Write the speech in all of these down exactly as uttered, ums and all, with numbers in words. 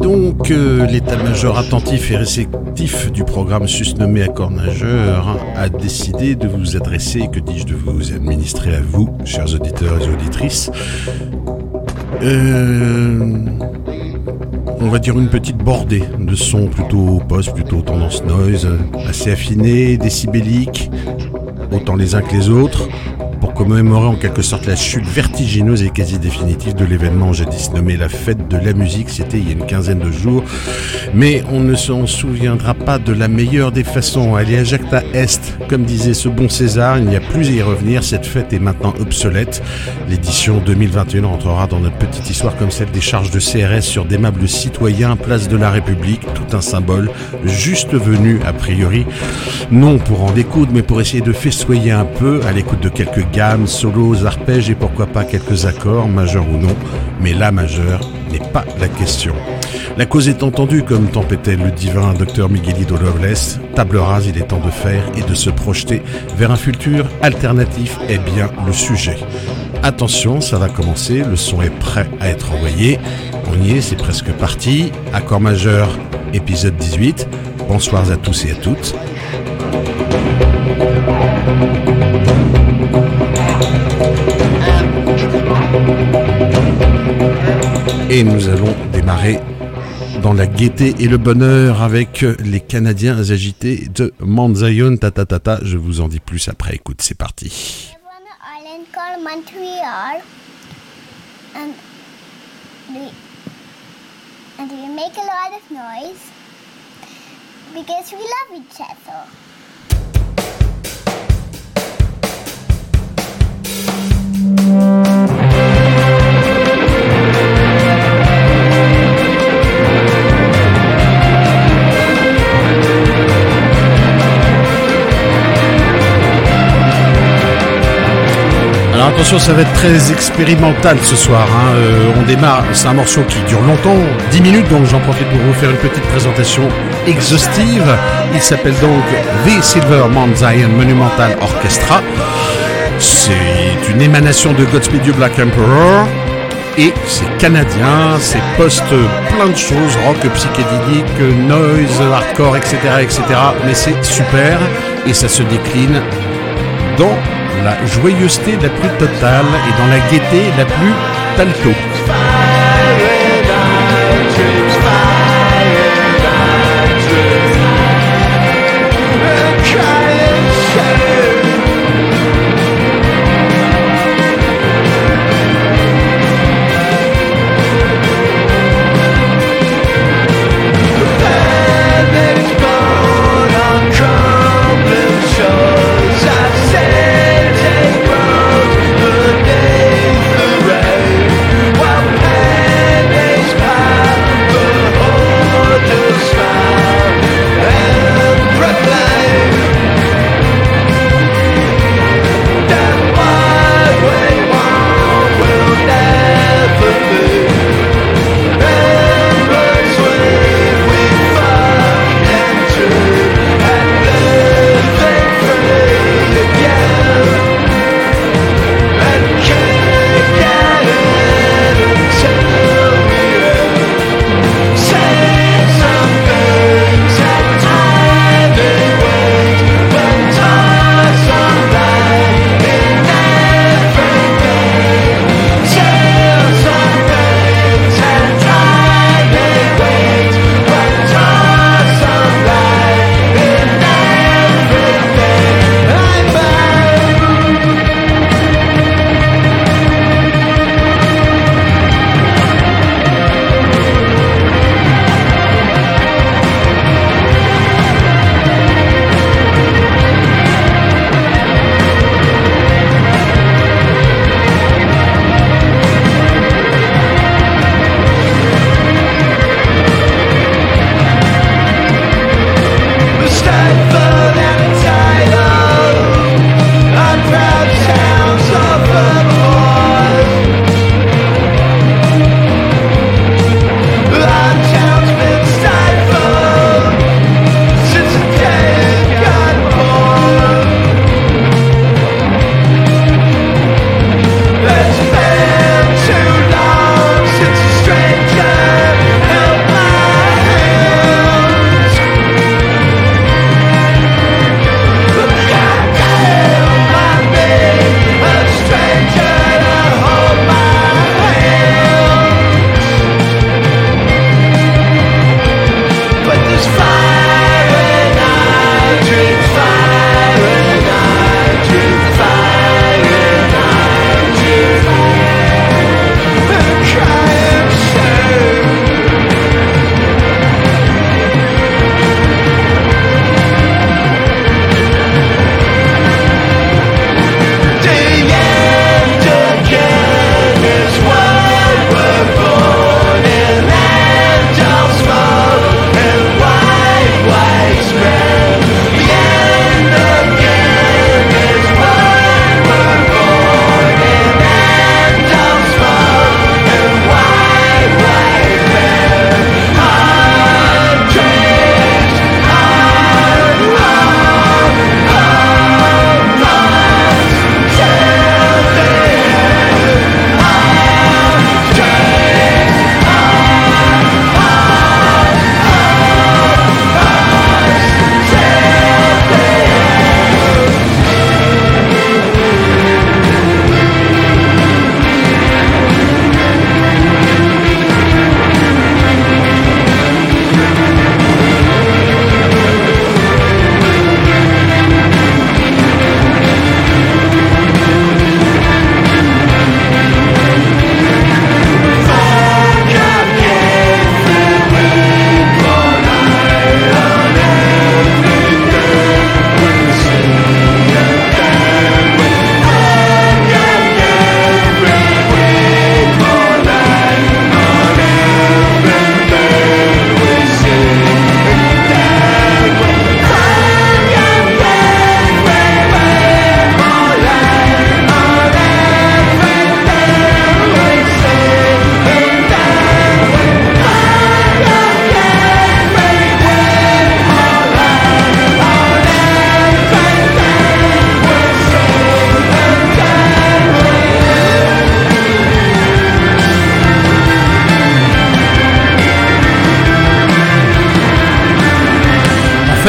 donc euh, l'état-major attentif et réceptif du programme susnommé Accord Majeur a décidé de vous adresser, que dis-je, de vous administrer à vous, chers auditeurs et auditrices, euh, on va dire une petite bordée de sons plutôt post, plutôt tendance noise, assez affinés, décibelliques, autant les uns que les autres, pour commémorer en quelque sorte la chute vertigineuse et quasi définitive de l'événement jadis nommé la fête de la musique. C'était il y a une quinzaine de jours, mais on ne s'en souviendra pas de la meilleure des façons. Allez à Jacta Est, comme disait ce bon César, il n'y a plus à y revenir, cette fête est maintenant obsolète. L'édition deux mille vingt et un rentrera dans notre petite histoire comme celle des charges de C R S sur d'aimables citoyens, place de la République, tout un symbole, juste venu a priori, non pour en découdre, mais pour essayer de festoyer un peu, à l'écoute de quelques gammes, solos, arpèges et pourquoi pas quelques accords, majeurs ou non, mais la majeure n'est pas la question. La cause est entendue, comme tempêtait le divin docteur Miguelito Robles, table rase, il est temps de faire et de se projeter vers un futur alternatif est bien le sujet. Attention, ça va commencer, le son est prêt à être envoyé, on y est, c'est presque parti, Accord majeur, épisode dix-huit, bonsoir à tous et à toutes. Et nous allons démarrer dans la gaieté et le bonheur avec les Canadiens agités de Mount Zion. Tata tata, je vous en dis plus après. Écoute, c'est parti. Island called Montreal, and we and we make a lot of noise because we love each other. Alors attention, ça va être très expérimental ce soir, hein. euh, on démarre, c'est un morceau qui dure longtemps, dix minutes, donc j'en profite pour vous faire une petite présentation exhaustive. Il s'appelle donc The Silver Mount Zion Monumental Orchestra. C'est une émanation de Godspeed You Black Emperor et c'est canadien, c'est post plein de choses, rock, psychédélique, noise, hardcore, et cetera, et cetera. Mais c'est super et ça se décline dans la joyeuseté la plus totale et dans la gaieté la plus palto. Well,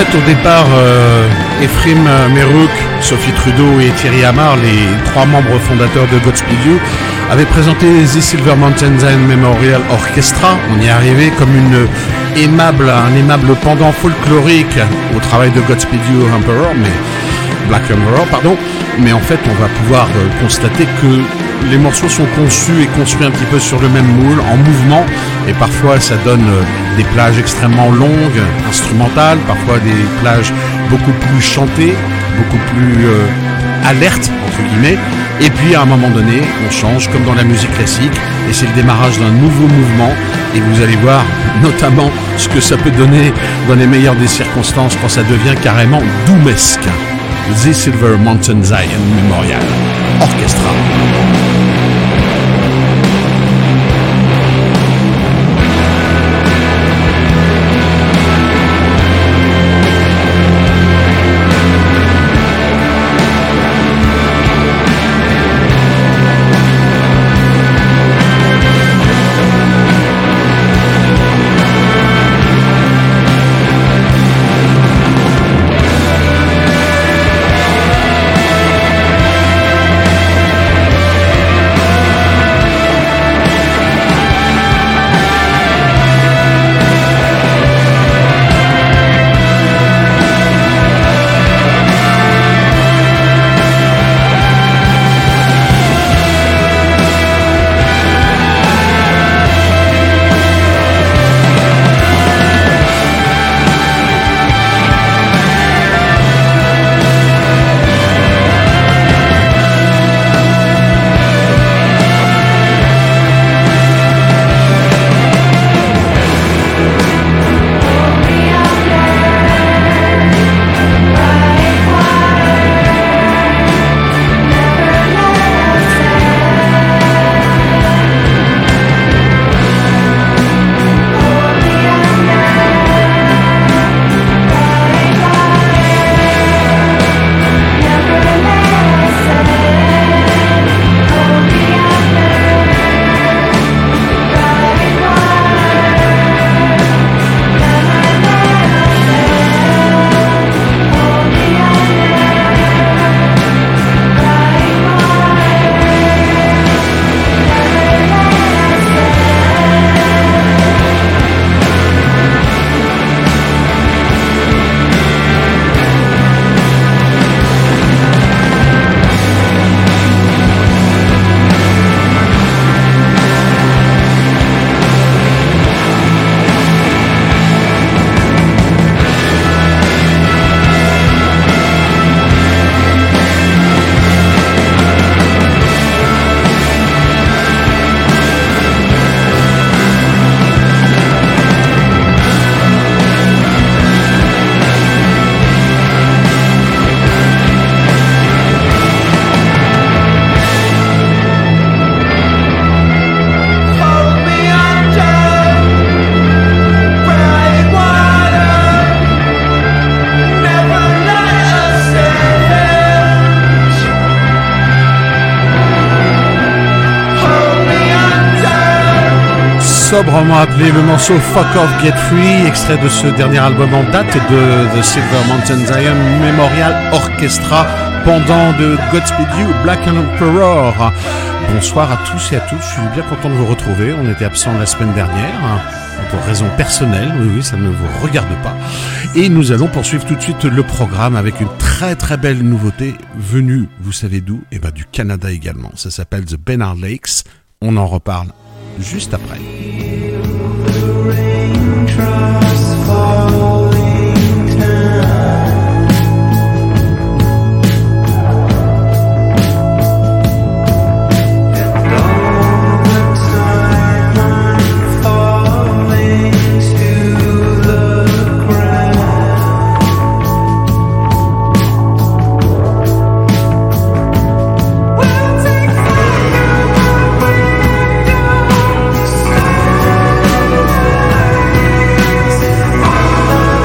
fait, au départ, euh, Ephraim Merouk, Sophie Trudeau et Thierry Amar, les trois membres fondateurs de Godspeed You, avaient présenté The Silver Mountain Zion Memorial Orchestra. On y est arrivé comme une aimable, un aimable pendant folklorique au travail de Godspeed You Emperor, mais Black Emperor, pardon. Mais en fait, on va pouvoir euh, constater que les morceaux sont conçus et construits un petit peu sur le même moule, en mouvement, et parfois ça donne euh, des plages extrêmement longues, instrumentales, parfois des plages beaucoup plus chantées, beaucoup plus euh, alertes, entre guillemets, et puis à un moment donné, on change, comme dans la musique classique, et c'est le démarrage d'un nouveau mouvement, et vous allez voir notamment ce que ça peut donner dans les meilleures des circonstances quand ça devient carrément doomesque. The Silver Mountain Zion Memorial Orchestra. Sobrement appelé le morceau Fuck Off Get Free, extrait de ce dernier album en date de The Silver Mountain Zion Memorial Orchestra, pendant de Godspeed You, Black Emperor. Bonsoir à tous et à toutes, je suis bien content de vous retrouver. On était absent la semaine dernière pour raisons personnelles, oui oui, ça ne vous regarde pas. Et nous allons poursuivre tout de suite le programme avec une très très belle nouveauté venue, vous savez d'où? Et bien du Canada également. Ça s'appelle The Bernard Lakes. On en reparle juste après. We'll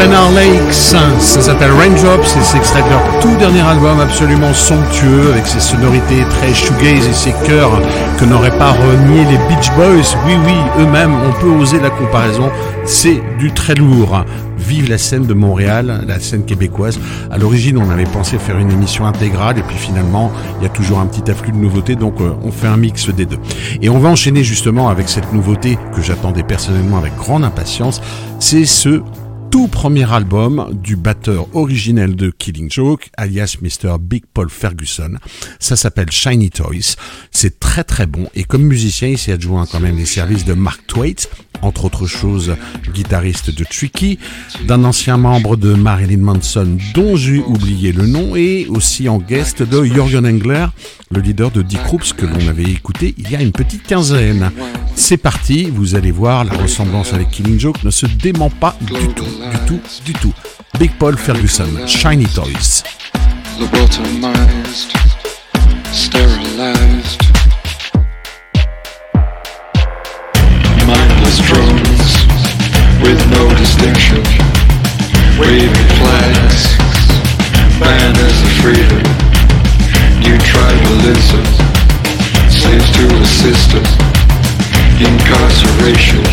Bernard Lakes, ça s'appelle Raindrops et c'est extrait de leur tout dernier album absolument somptueux avec ses sonorités très shoegaze et ses chœurs que n'auraient pas renié les Beach Boys. Oui, oui, eux-mêmes, on peut oser la comparaison, c'est du très lourd. Vive la scène de Montréal, la scène québécoise. À l'origine, on avait pensé faire une émission intégrale et puis finalement, il y a toujours un petit afflux de nouveautés, donc euh, on fait un mix des deux. Et on va enchaîner justement avec cette nouveauté que j'attendais personnellement avec grande impatience. C'est ce tout premier album du batteur originel de Killing Joke, alias mister Big Paul Ferguson. Ça s'appelle Shiny Toys. C'est très très bon et comme musicien, il s'est adjoint quand même les services de Mark Thwait, entre autres choses guitariste de Tricky, d'un ancien membre de Marilyn Manson dont j'ai oublié le nom et aussi en guest de Jürgen Engler, le leader de Die Krupps que l'on avait écouté il y a une petite quinzaine. C'est parti, vous allez voir, la ressemblance avec Killing Joke ne se dément pas du tout, du tout, du tout. Big Paul Ferguson, Shiny Toys. Lobotomized, sterilized, mindless drones with no distinction, waving flags, banners of freedom, new tribalism, slaves to a system, incarceration,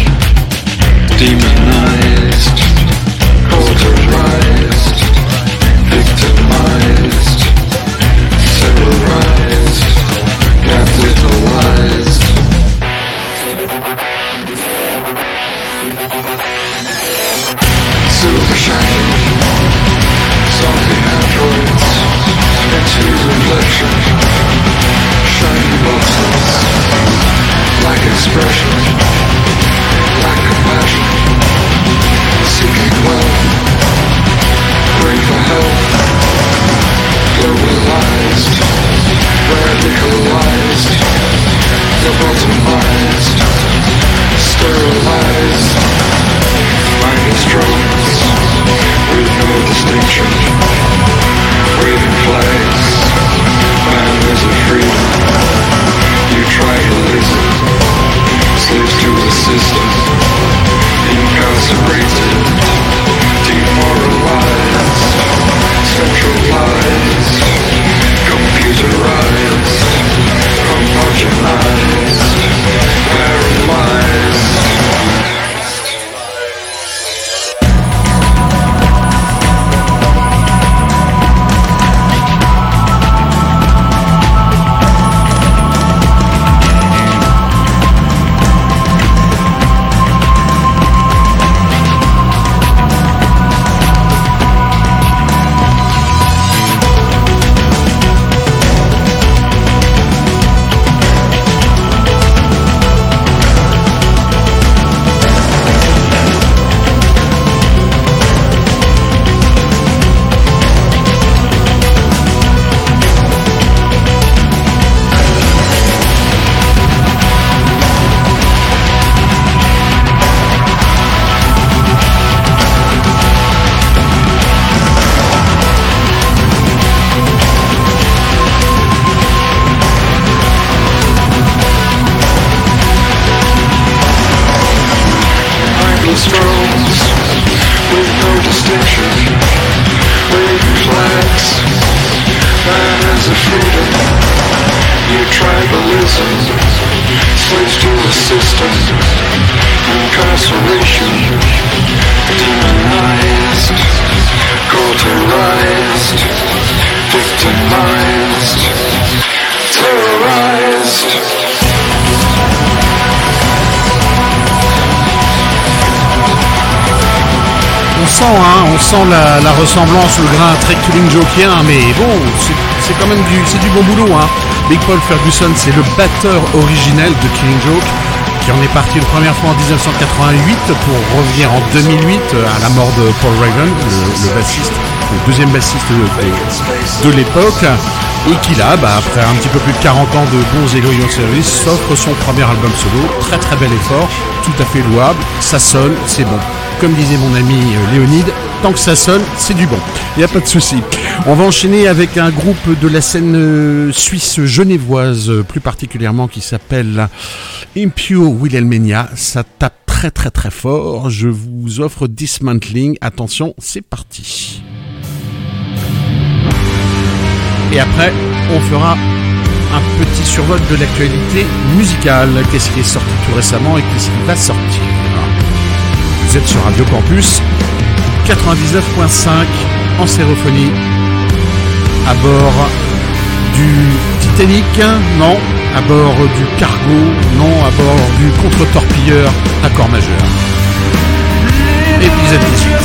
demonized, cauterized, victimized, terrorized, capitalized. Silver shining, zombie androids, into reflection, shiny boxes, lack expression, lack compassion, seeking wealth, pray for help, globalized, radicalized, lobotomized, sterilized, mindless drones with no distinction, waving flags, banners of freedom, new tribalism, slaves to the system, incarcerated, demoralized, centralized, computerized, homogenized, paralyzed. On sent la, la ressemblance, le grain très Killing Jokien, mais bon, c'est, c'est quand même du, c'est du bon boulot, hein. Big Paul Ferguson, c'est le batteur originel de Killing Joke, qui en est parti une première fois en dix-neuf cent quatre-vingt-huit pour revenir en deux mille huit à la mort de Paul Raven, le, le bassiste, le deuxième bassiste de, de l'époque, et qui là, bah, après un petit peu plus de quarante ans de bons et loyaux services, s'offre son premier album solo, très très bel effort, tout à fait louable, ça sonne, c'est bon. Comme disait mon ami Léonide, tant que ça sonne, c'est du bon. Il n'y a pas de souci. On va enchaîner avec un groupe de la scène suisse genevoise, plus particulièrement, qui s'appelle Impure Wilhelmina. Ça tape très très très très fort. Je vous offre Dismantling. Attention, c'est parti. Et après, on fera un petit survol de l'actualité musicale. Qu'est-ce qui est sorti tout récemment et qu'est-ce qui va sortir. Vous êtes sur Radio Campus quatre-vingt-dix-neuf virgule cinq en stéréophonie à bord du Titanic, non, à bord du Cargo, non, à bord du contre-torpilleur à corps majeur. Épisode dix-huit.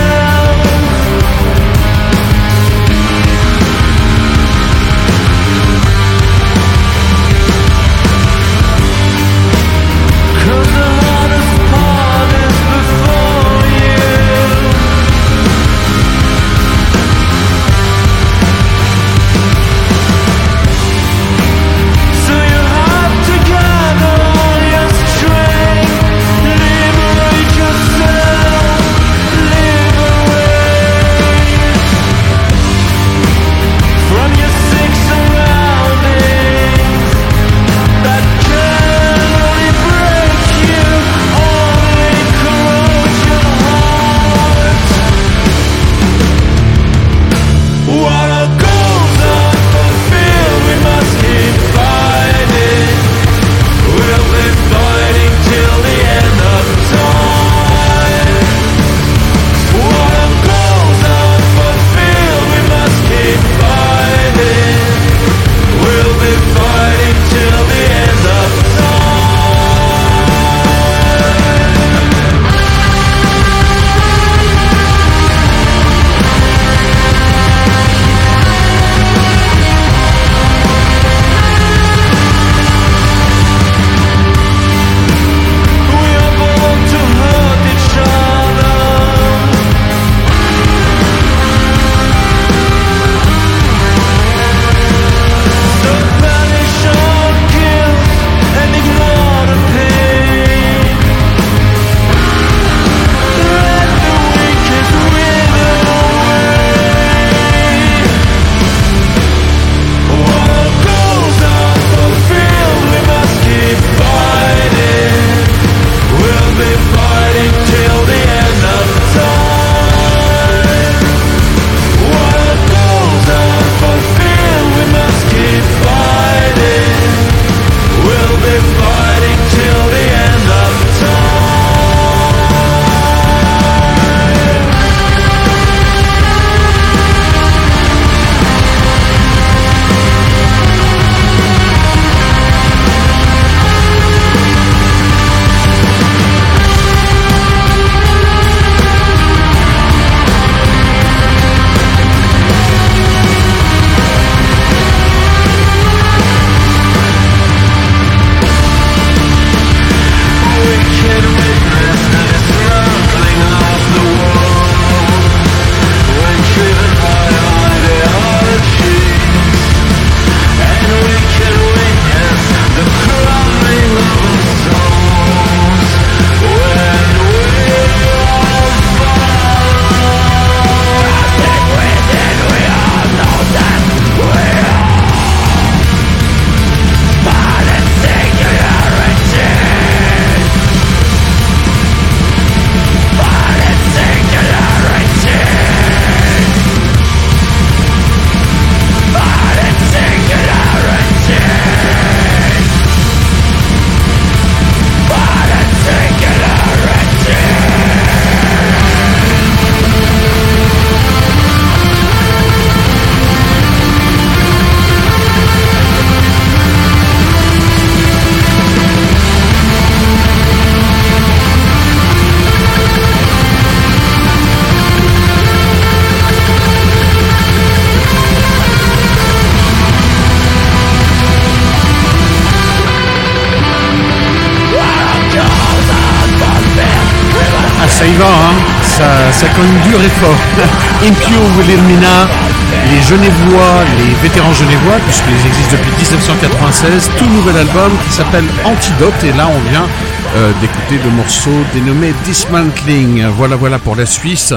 Ça y va, hein, ça, ça cogne dur et fort. Impio Wilhelmina, les Genevois, les vétérans genevois, puisqu'ils existent depuis dix-neuf cent quatre-vingt-seize, tout nouvel album qui s'appelle Antidote, et là on vient euh, d'écouter le morceau dénommé Dismantling. Voilà, voilà pour la Suisse.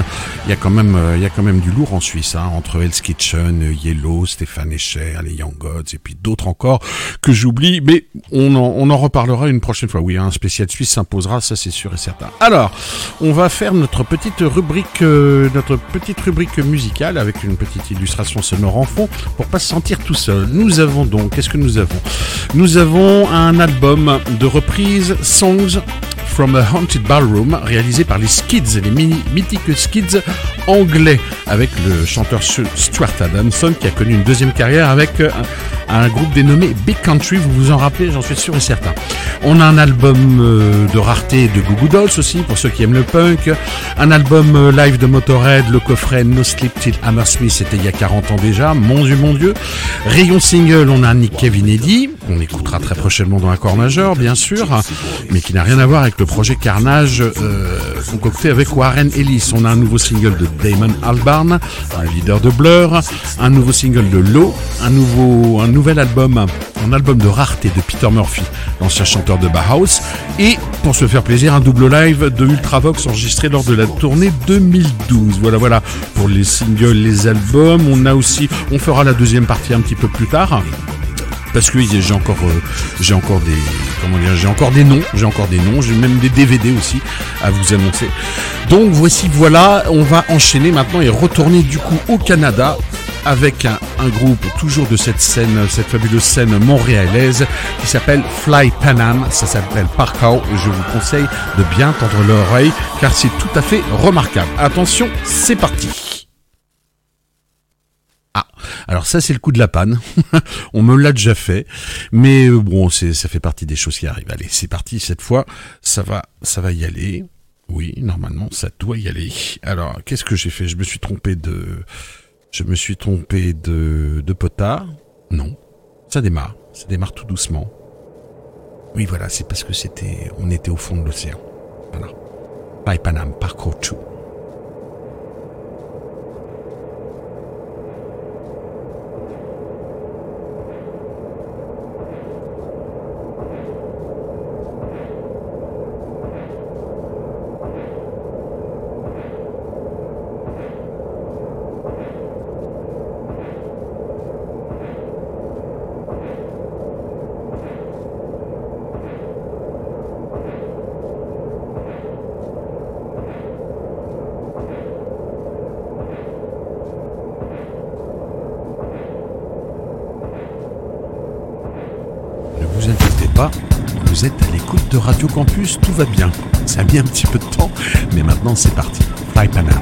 il y a quand même, euh, il y a quand même du lourd en Suisse, hein, entre Hell's Kitchen, Yellow, Stéphane Escher, les Young Gods et puis d'autres encore que j'oublie, mais on en, on en reparlera une prochaine fois. Oui, un spécial suisse s'imposera, ça c'est sûr et certain. Alors, on va faire notre petite rubrique, euh, notre petite rubrique musicale avec une petite illustration sonore en fond pour pas se sentir tout seul. Nous avons donc, qu'est-ce que nous avons ? Nous avons un album de reprise Songs from a Haunted Ballroom, réalisé par les Skids, les mini, mythiques Skids anglais, avec le chanteur Stuart Adamson qui a connu une deuxième carrière avec un, un groupe dénommé Big Country, vous vous en rappelez, j'en suis sûr et certain. On a un album euh, de rareté de Goo Goo Dolls aussi, pour ceux qui aiment le punk, un album euh, live de Motorhead, le coffret No Sleep Till Hammersmith, c'était il y a quarante ans déjà, mon Dieu, mon Dieu. Rayon single, on a un Nick Cave inédit, on écoutera très prochainement dans Accord majeur, bien sûr, mais qui n'a rien à voir avec le projet Carnage euh, concocté avec Warren Ellis. On a un nouveau single de Damon Albarn, le leader de Blur, un nouveau single de Low, un nouveau, un nouvel album, un album de rareté de Peter Murphy, l'ancien chanteur de Bauhaus, et pour se faire plaisir, un double live de Ultravox enregistré lors de la tournée deux mille douze. Voilà, voilà pour les singles, les albums. On a aussi, on fera la deuxième partie un petit peu plus tard. Parce que j'ai encore, euh, j'ai encore des, comment dire, j'ai encore des noms, j'ai encore des noms, j'ai même des D V D aussi à vous annoncer. Donc voici, voilà, on va enchaîner maintenant et retourner du coup au Canada avec un, un groupe toujours de cette scène, cette fabuleuse scène montréalaise qui s'appelle Fly Panam. Ça s'appelle Parkour et je vous conseille de bien tendre l'oreille car c'est tout à fait remarquable. Attention, c'est parti. Ah, alors ça c'est le coup de la panne, on me l'a déjà fait, mais bon, c'est, ça fait partie des choses qui arrivent. Allez, c'est parti, cette fois, ça va, ça va y aller. Oui, normalement, ça doit y aller. Alors, qu'est-ce que j'ai fait ? Je me suis trompé de... Je me suis trompé de, de potard. Non, ça démarre, ça démarre tout doucement. Oui, voilà, c'est parce que c'était, on était au fond de l'océan. Voilà. Fly Panam, Parkour deux. Vous êtes à l'écoute de Radio Campus, tout va bien. Ça a mis un petit peu de temps, mais maintenant c'est parti. Fly Panam.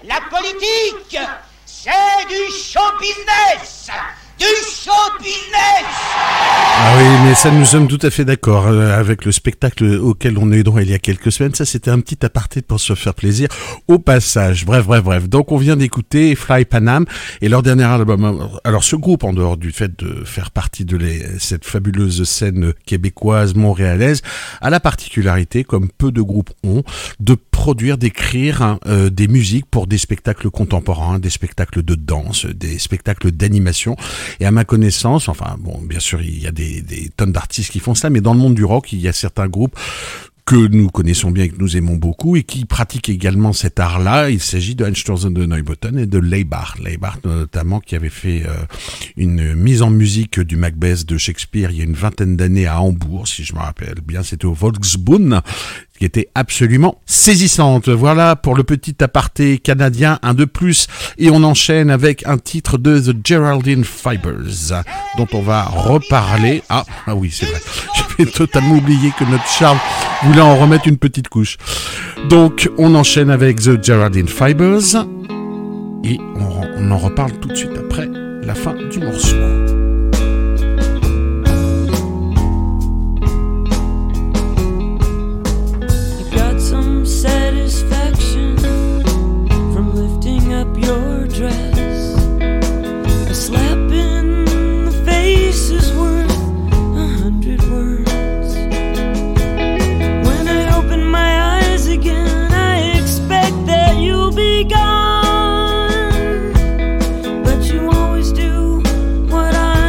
La politique, c'est du show business. Du show business. Ah oui, mais ça, nous sommes tout à fait d'accord euh, avec le spectacle auquel on a eu droit il y a quelques semaines. Ça, c'était un petit aparté pour se faire plaisir au passage. Bref, bref, bref. Donc, on vient d'écouter Fly Panam et leur dernier album. Alors, ce groupe, en dehors du fait de faire partie de les, cette fabuleuse scène québécoise, montréalaise, a la particularité, comme peu de groupes ont, de produire, d'écrire hein, euh, des musiques pour des spectacles contemporains, des spectacles de danse, des spectacles d'animation. Et à ma connaissance, enfin bon, bien sûr, il y a des, des tonnes d'artistes qui font cela, mais dans le monde du rock, il y a certains groupes que nous connaissons bien et que nous aimons beaucoup et qui pratiquent également cet art-là. Il s'agit de Einstürzen de Neubotten et de Leibach. Leibach notamment qui avait fait euh, une mise en musique du Macbeth de Shakespeare il y a une vingtaine d'années à Hambourg, si je me rappelle bien, c'était au Volksbühne, qui était absolument saisissante. Voilà pour le petit aparté canadien, un de plus, et on enchaîne avec un titre de The Geraldine Fibers, dont on va reparler. Ah, ah oui, c'est vrai, j'avais totalement oublié que notre Charles voulait en remettre une petite couche. Donc, on enchaîne avec The Geraldine Fibers, et on, on en reparle tout de suite après la fin du morceau. Satisfaction from lifting up your dress. A slap in the face is worth a hundred words. When I open my eyes again, I expect that you'll be gone. But you always do what I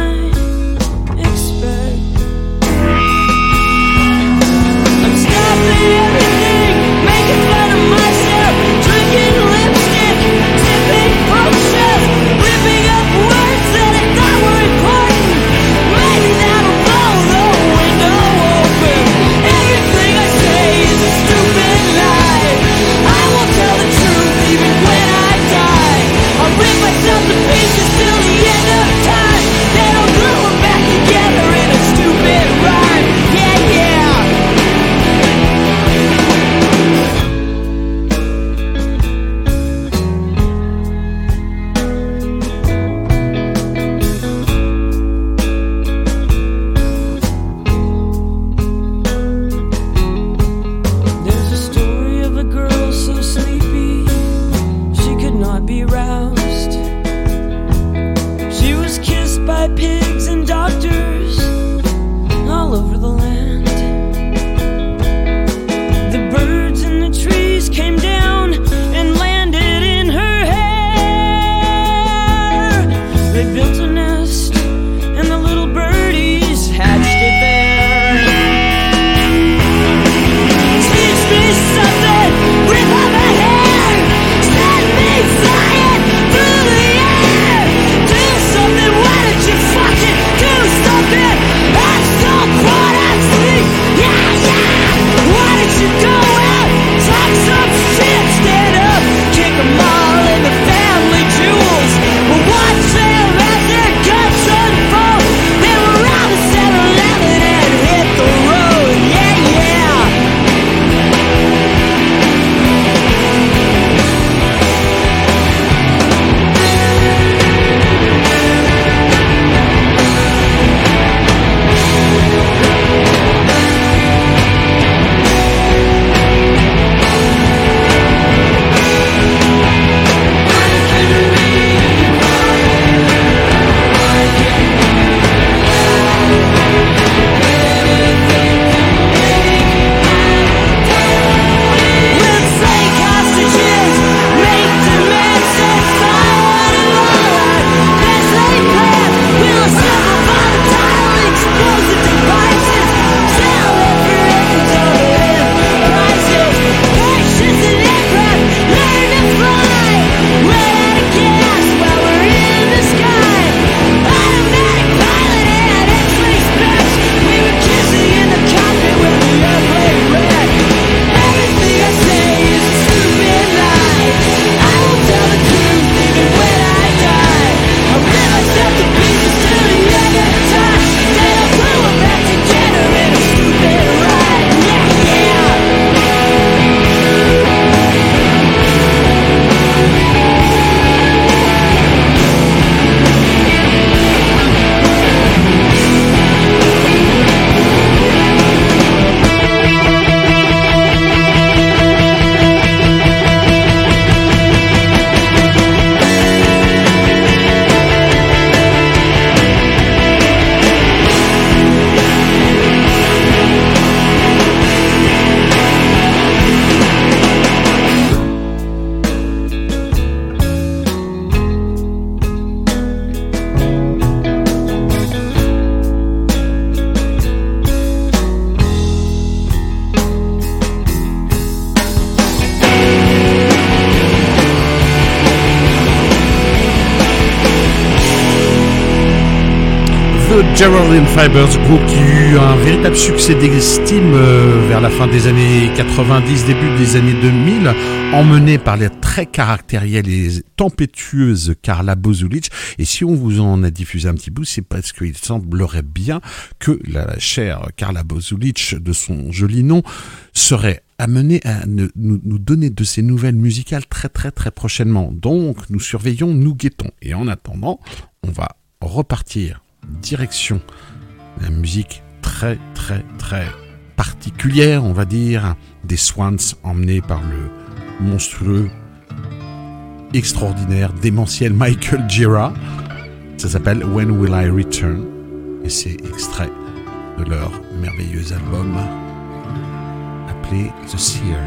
The Geraldine Fibers Group, qui a eu un véritable succès d'estime euh, vers la fin des années quatre-vingt-dix, début des années deux mille, emmené par la très caractérielle et tempétueuse Carla Bozulich. Et si on vous en a diffusé un petit bout, c'est parce qu'il semblerait bien que la chère Carla Bozulich, de son joli nom, serait amenée à nous, nous donner de ses nouvelles musicales très très très prochainement. Donc nous surveillons, nous guettons. Et en attendant, on va repartir direction la musique très très très particulière, on va dire, des Swans, emmenés par le monstrueux, extraordinaire, démentiel Michael Gira. Ça s'appelle When Will I Return, et c'est extrait de leur merveilleux album appelé The Seer.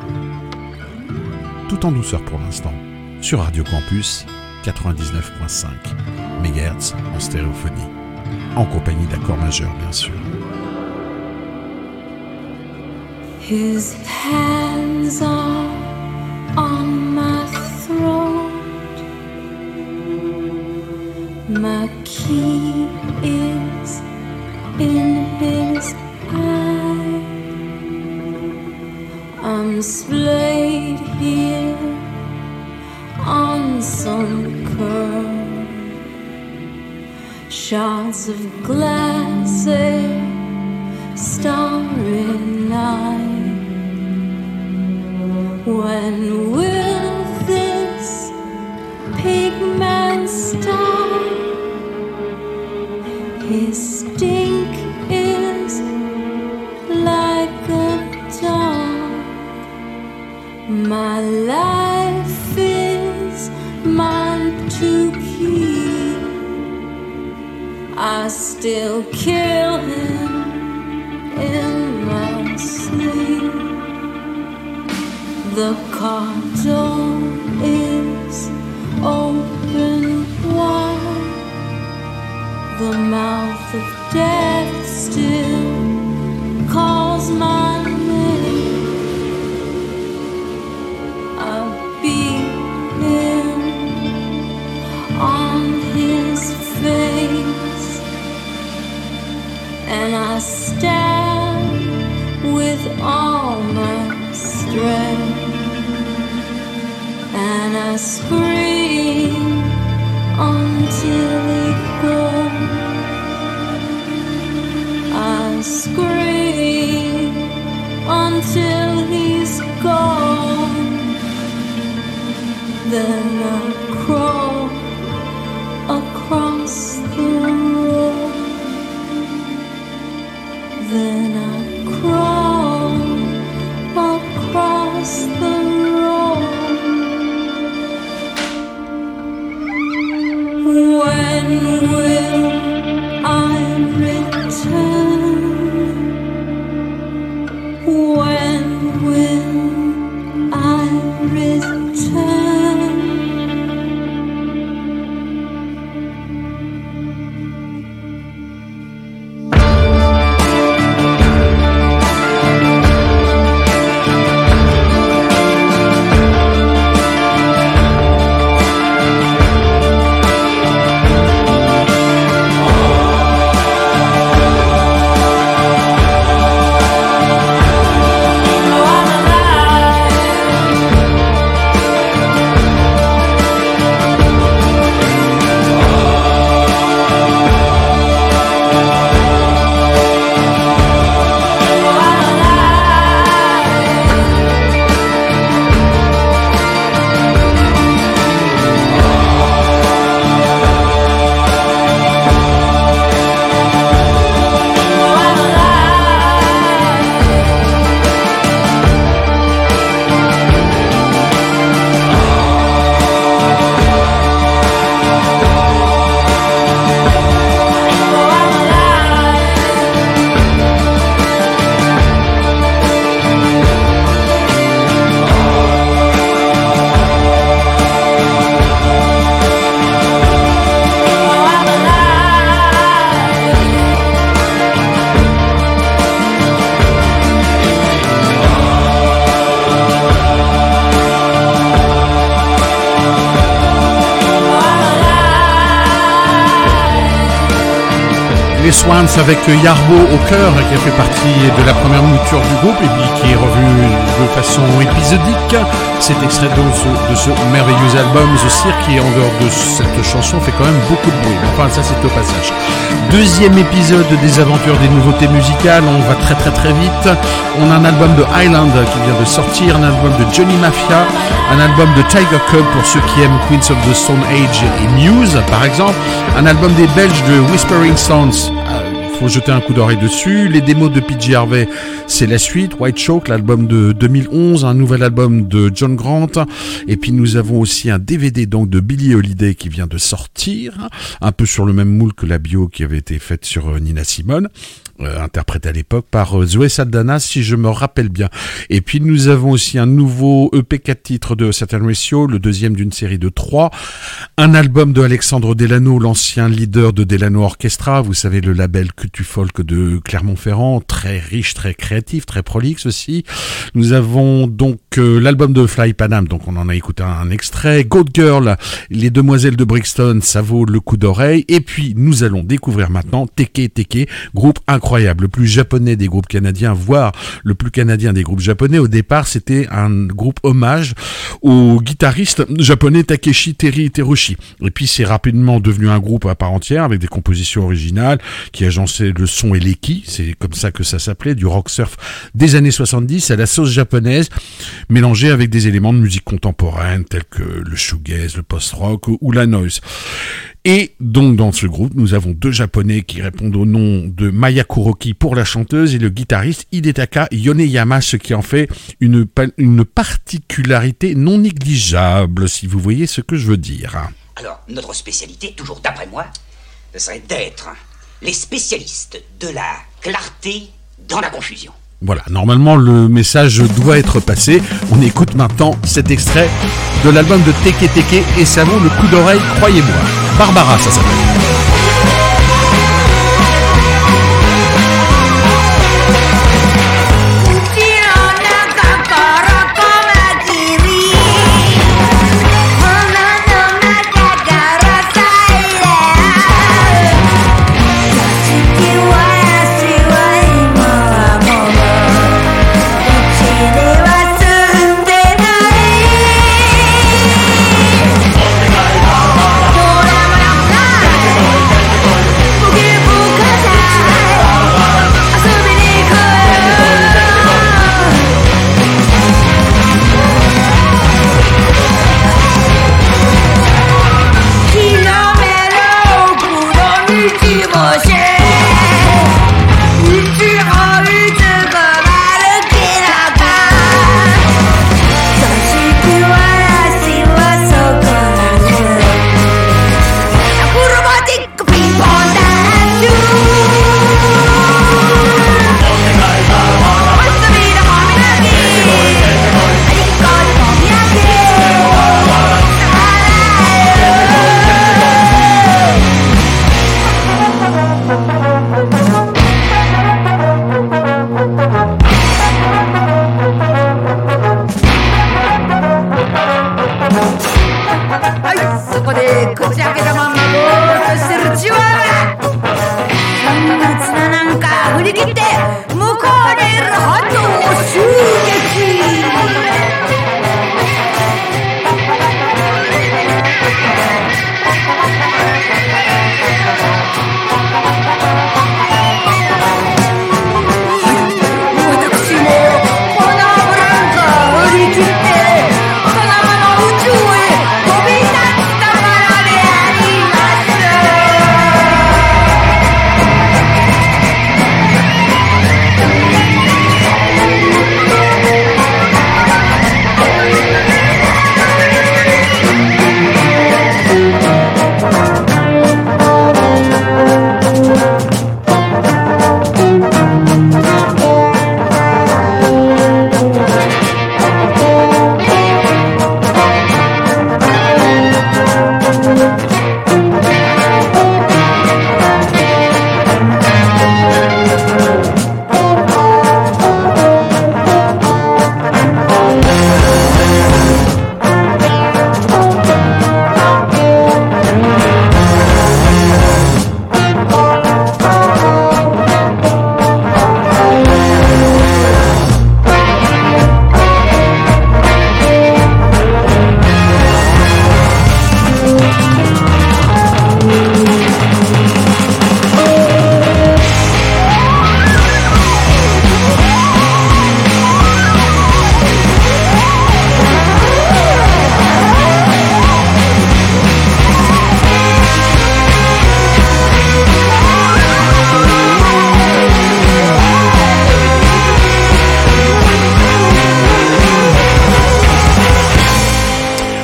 Tout en douceur pour l'instant, sur Radio Campus quatre-vingt-dix-neuf virgule cinq mégahertz en stéréophonie, en compagnie d'accords majeurs bien sûr. His hands are on my throat, my key is in his eye, I'm splayed here on some curve, shards of glass, a starry night. When will this pigman stop? His stink is like a dog. My life is mine to keep. I still kill him in my sleep. The car door is open wide. The mouth of death still calls my name. I beat him on his face, and I stand with all my strength, and I scream until he goes. I scream until he's gone. Then I crawl across the road. Then I crawl across the road. When will I return? When will I return? les Swans avec Yarbo au cœur, qui a fait partie de la première mouture du groupe et puis qui est revenu de façon épisodique. Cet extrait de ce, de ce merveilleux album The Cirque, qui en dehors de cette chanson fait quand même beaucoup de bruit. Enfin, ça c'est au passage. Deuxième épisode des aventures des nouveautés musicales, on va très très très vite. On a un album de Highland qui vient de sortir, un album de Johnny Mafia, un album de Tiger Cub pour ceux qui aiment Queens of the Stone Age et Muse par exemple, un album des Belges de Whispering Stones. Faut jeter un coup d'oreille dessus. Les démos de P J Harvey, c'est la suite. White Chalk, l'album de deux mille onze, un nouvel album de John Grant. Et puis nous avons aussi un D V D donc de Billie Holiday qui vient de sortir, un peu sur le même moule que la bio qui avait été faite sur Nina Simone. Euh, interprété à l'époque par euh, Zoé Saldana, si je me rappelle bien. Et puis nous avons aussi un nouveau E P quatre titres de Certain Ratio, le deuxième d'une série de trois. Un album de Alexandre Delano, l'ancien leader de Delano Orchestra, vous savez, le label cultu folk de Clermont-Ferrand, très riche, très créatif, très prolixe aussi. Nous avons donc euh, l'album de Fly Panam, donc on en a écouté un, un extrait. Goat Girl, les demoiselles de Brixton, ça vaut le coup d'oreille. Et puis nous allons découvrir maintenant Teke Teke, groupe incroyable. Incroyable, le plus japonais des groupes canadiens, voire le plus canadien des groupes japonais. Au départ, c'était un groupe hommage au guitariste japonais Takeshi Teri Terushi. Et puis, c'est rapidement devenu un groupe à part entière avec des compositions originales qui agençaient le son et l'éki. C'est comme ça que ça s'appelait, du rock surf des années soixante-dix à la sauce japonaise, mélangé avec des éléments de musique contemporaine tels que le shoegaze, le post-rock ou la noise. Et donc dans ce groupe, nous avons deux japonais qui répondent au nom de Maya Kuroki pour la chanteuse et le guitariste Hidetaka Yoneyama, ce qui en fait une, une particularité non négligeable, si vous voyez ce que je veux dire. Alors, notre spécialité, toujours d'après moi, ce serait d'être les spécialistes de la clarté dans la confusion. Voilà, normalement le message doit être passé. On écoute maintenant cet extrait de l'album de Teke Teke et ça vaut le coup d'oreille, croyez-moi. Barbara, ça s'appelle. Bye.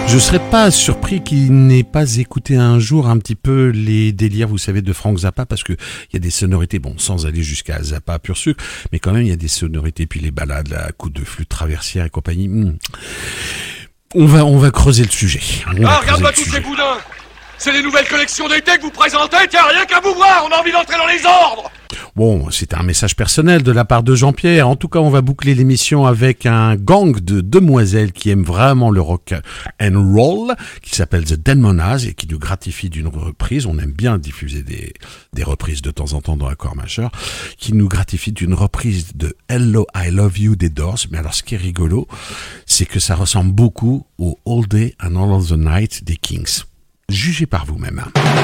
Je serais pas surpris qu'il n'ait pas écouté un jour un petit peu les délires, vous savez, de Frank Zappa, parce que il y a des sonorités, bon, sans aller jusqu'à Zappa pur sucre, mais quand même il y a des sonorités, puis les balades, la coup de flûte traversière et compagnie. Hmm. On va, on va creuser le sujet. On Ah, regarde-moi tous ces boudins. C'est les nouvelles collections d'été que vous présentez. Tiens, rien qu'à vous voir, on a envie d'entrer dans les ordres. Bon, c'était un message personnel de la part de Jean-Pierre. En tout cas, on va boucler l'émission avec un gang de demoiselles qui aiment vraiment le rock and roll, qui s'appelle The Delmonas et qui nous gratifie d'une reprise. On aime bien diffuser des, des reprises de temps en temps dans l'accord majeur, qui nous gratifie d'une reprise de Hello, I Love You des Doors. Mais alors, ce qui est rigolo, c'est que ça ressemble beaucoup au All Day and All of the Night des Kings. Jugez par vous-même.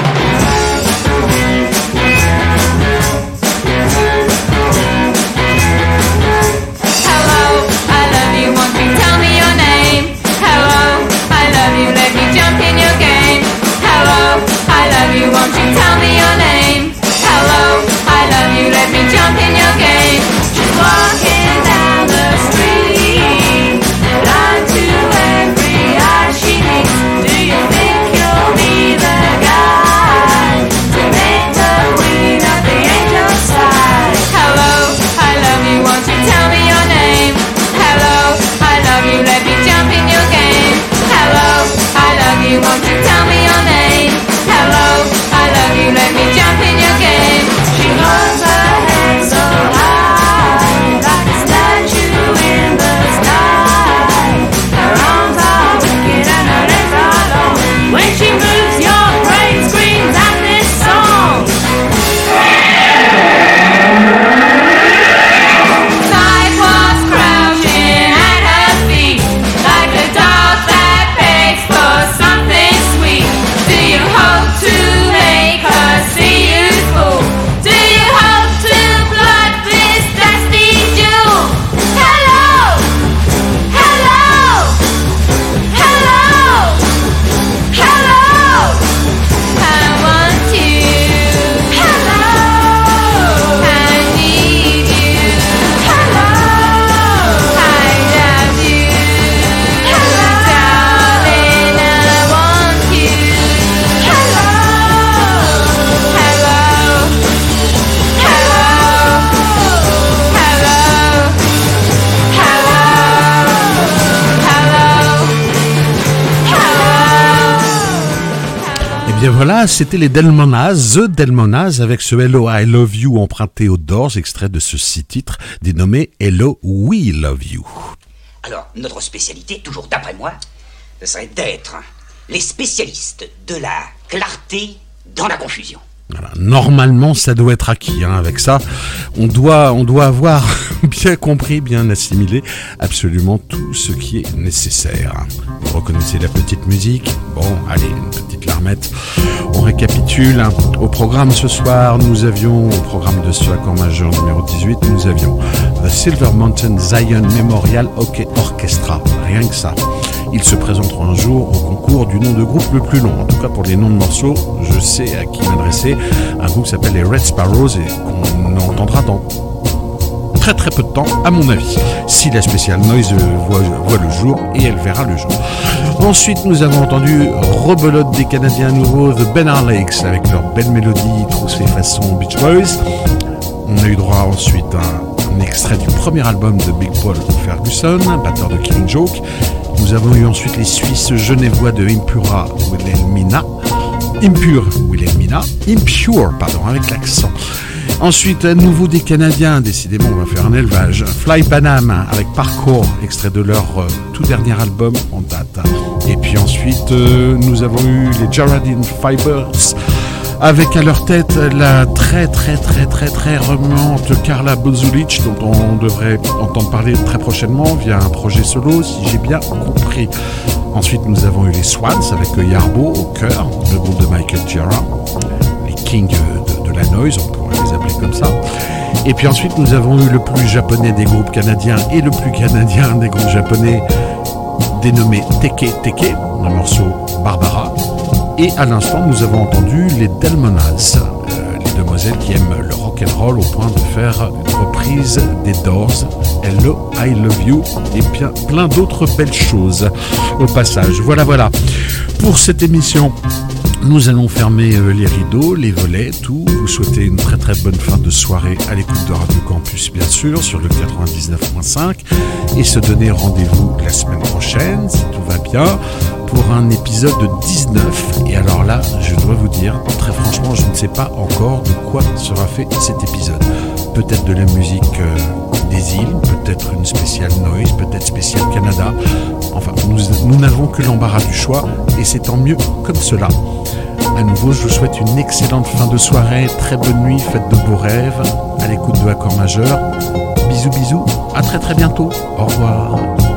Hello, I love you, won't you tell me your name? Hello, I love you, let me jump in your game. Hello, I love you, won't you tell me your name? Hello, I love you, let me jump in your game. She's walking down the street, blind to every eye she meets. Do you think you'll be the guy to make the queen of the angels sigh? Hello, I love you, won't you tell me your name? Hello, I love you, let me jump in your game. Hello, I love you, won't you tell me your name? Hello, I love you, let me jump in your game. She holds her head so high, like a statue in the sky. Her arms are wicked and her legs are long. When she moves, your brain screams out this song. Sidewalks crouching at her feet, like a dog that begs for something sweet. Do you hope to make her see you fool? Do you hope to blood this dusty jewel? Hello, hello, hello, hello. I want you. Hello, I need you. Hello, I love you. Hello, darling, I want you. Hello, hello, hello, hello, hello, hello. Eh bien voilà, c'était les Delmonas, The Delmonas, avec ce Hello, I Love You emprunté aux Doors, extrait de ce six titres dénommé Hello, We Love You. Alors, notre spécialité, toujours d'après moi, ce serait d'être les spécialistes de la clarté dans la confusion. Voilà. Normalement, ça doit être acquis. Hein. Avec ça, on doit, on doit avoir bien compris, bien assimilé absolument tout ce qui est nécessaire. Vous reconnaissez la petite musique? Bon, allez, une petite larmette. On récapitule. Au programme ce soir, nous avions, au programme de ce accord majeur numéro dix-huit, nous avions The Silver Mountain Zion Memorial Hockey Orchestra. Rien que ça. Ils se présenteront un jour au concours du nom de groupe le plus long. En tout cas, pour les noms de morceaux, je sais à qui m'adresser. Un groupe qui s'appelle les Red Sparrows et qu'on entendra dans très très peu de temps, à mon avis. Si la spéciale Noise voit, voit le jour, et elle verra le jour. Ensuite, nous avons entendu rebelote des Canadiens nouveaux, The Bernard Lakes, avec leur belle mélodie troussée façon Beach Boys. On a eu droit ensuite à un, un extrait du premier album de Big Paul Ferguson, batteur de Killing Joke. Nous avons eu ensuite les Suisses genevois de Impura Wilhelmina. Impure Wilhelmina. Impure, pardon, avec l'accent. Ensuite, à nouveau des Canadiens, décidément on va faire un élevage. Fly Panam avec Parcours, extrait de leur euh, tout dernier album en date. Et puis ensuite, euh, nous avons eu les Geraldine Fibers, avec à leur tête la très très très très très remuante Carla Bozulic, dont on devrait entendre parler très prochainement via un projet solo, si j'ai bien compris. Ensuite, nous avons eu les Swans avec Yarbo au cœur, le groupe de Michael Jara, les Kings de, de la Noise, on pourrait les appeler comme ça. Et puis ensuite, nous avons eu le plus japonais des groupes canadiens et le plus canadien des groupes japonais, dénommé Teke Teke, le morceau Barbara. Et à l'instant, nous avons entendu les Delmonas, euh, les demoiselle qui aime le rock'n'roll au point de faire une reprise des Doors, Hello, I Love You, et bien plein d'autres belles choses au passage. Voilà, voilà. Pour cette émission, nous allons fermer les rideaux, les volets, tout. Vous souhaitez une très très bonne fin de soirée à l'écoute de Radio Campus, bien sûr, sur le quatre-vingt-dix-neuf virgule cinq, et se donner rendez-vous la semaine prochaine, si tout va bien, pour un épisode dix-neuf. Et alors là, je dois vous dire, très franchement, je ne sais pas encore de quoi sera fait cet épisode. Peut-être de la musique euh, des îles, peut-être une spéciale Noise, peut-être spéciale Canada. Enfin, nous, nous n'avons que l'embarras du choix, et c'est tant mieux comme cela. À nouveau, je vous souhaite une excellente fin de soirée, très bonne nuit, faites de beaux rêves, à l'écoute de Accord Majeur. Bisous, bisous, à très très bientôt. Au revoir.